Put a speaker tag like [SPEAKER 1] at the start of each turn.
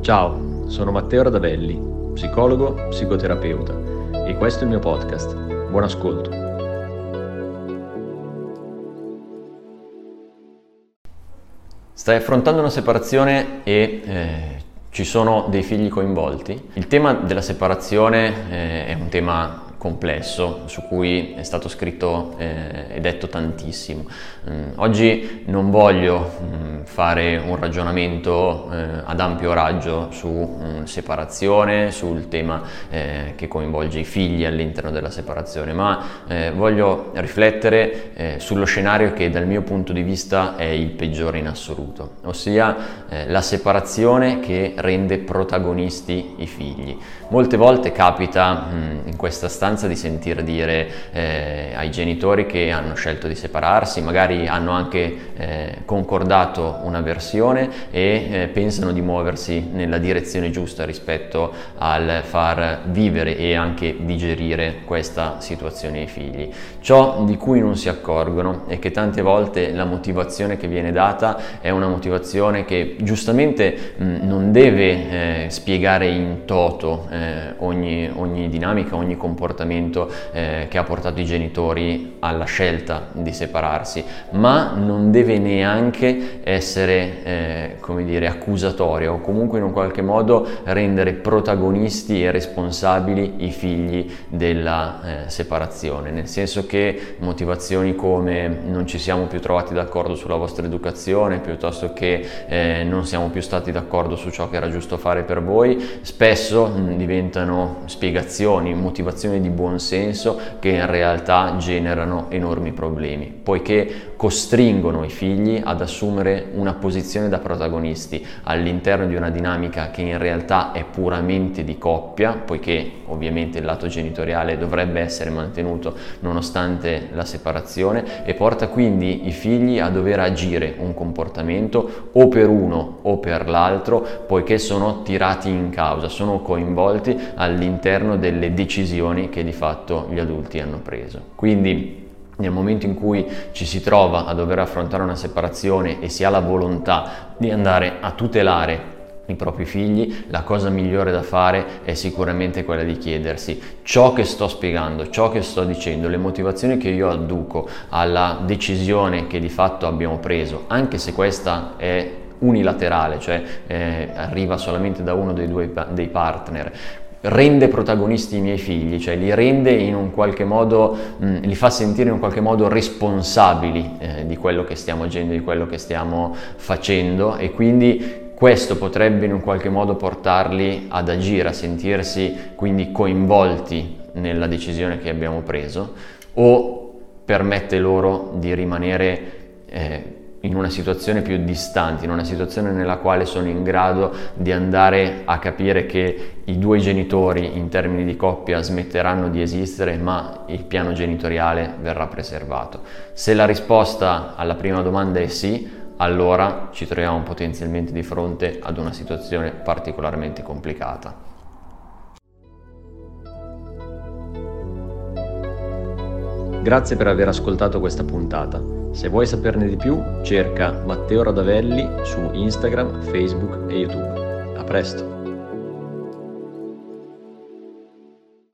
[SPEAKER 1] Ciao, sono Matteo Radavelli, psicologo, psicoterapeuta e questo è il mio podcast. Buon ascolto. Stai affrontando una separazione e ci sono dei figli coinvolti? Il tema della separazione è un tema complesso su cui è stato scritto e detto tantissimo. Oggi non voglio fare un ragionamento ad ampio raggio su separazione, sul tema che coinvolge i figli all'interno della separazione, ma voglio riflettere sullo scenario che dal mio punto di vista è il peggiore in assoluto, ossia la separazione che rende protagonisti i figli. Molte volte capita in questa stanza di sentir dire ai genitori che hanno scelto di separarsi, magari hanno anche concordato una versione e pensano di muoversi nella direzione giusta rispetto al far vivere e anche digerire questa situazione ai figli. Ciò di cui non si accorgono è che tante volte la motivazione che viene data è una motivazione che giustamente non deve spiegare in toto ogni dinamica, ogni comportamento che ha portato i genitori alla scelta di separarsi, ma non deve neanche essere accusatoria o comunque in un qualche modo rendere protagonisti e responsabili i figli della separazione, nel senso che motivazioni come non ci siamo più trovati d'accordo sulla vostra educazione, piuttosto che non siamo più stati d'accordo su ciò che era giusto fare per voi, spesso diventano spiegazioni, motivazioni di buon senso che in realtà generano enormi problemi, poiché costringono i figli ad assumere una posizione da protagonisti all'interno di una dinamica che in realtà è puramente di coppia, poiché ovviamente il lato genitoriale dovrebbe essere mantenuto nonostante la separazione, e porta quindi i figli a dover agire un comportamento o per uno o per l'altro, poiché sono tirati in causa, sono coinvolti all'interno delle decisioni che di fatto gli adulti hanno preso. Quindi nel momento in cui ci si trova a dover affrontare una separazione e si ha la volontà di andare a tutelare i propri figli, la cosa migliore da fare è sicuramente quella di chiedersi: ciò che sto spiegando, ciò che sto dicendo, le motivazioni che io adduco alla decisione che di fatto abbiamo preso, anche se questa è unilaterale, cioè arriva solamente da uno dei partner, rende protagonisti i miei figli, cioè li rende in un qualche modo, li fa sentire in un qualche modo responsabili di quello che stiamo agendo, di quello che stiamo facendo, e quindi questo potrebbe in un qualche modo portarli ad agire, a sentirsi quindi coinvolti nella decisione che abbiamo preso, o permette loro di rimanere in una situazione più distante, in una situazione nella quale sono in grado di andare a capire che i due genitori in termini di coppia smetteranno di esistere, ma il piano genitoriale verrà preservato. Se la risposta alla prima domanda è sì, allora ci troviamo potenzialmente di fronte ad una situazione particolarmente complicata. Grazie per aver ascoltato questa puntata. Se vuoi saperne di più, cerca Matteo Radavelli su Instagram, Facebook e YouTube. A presto!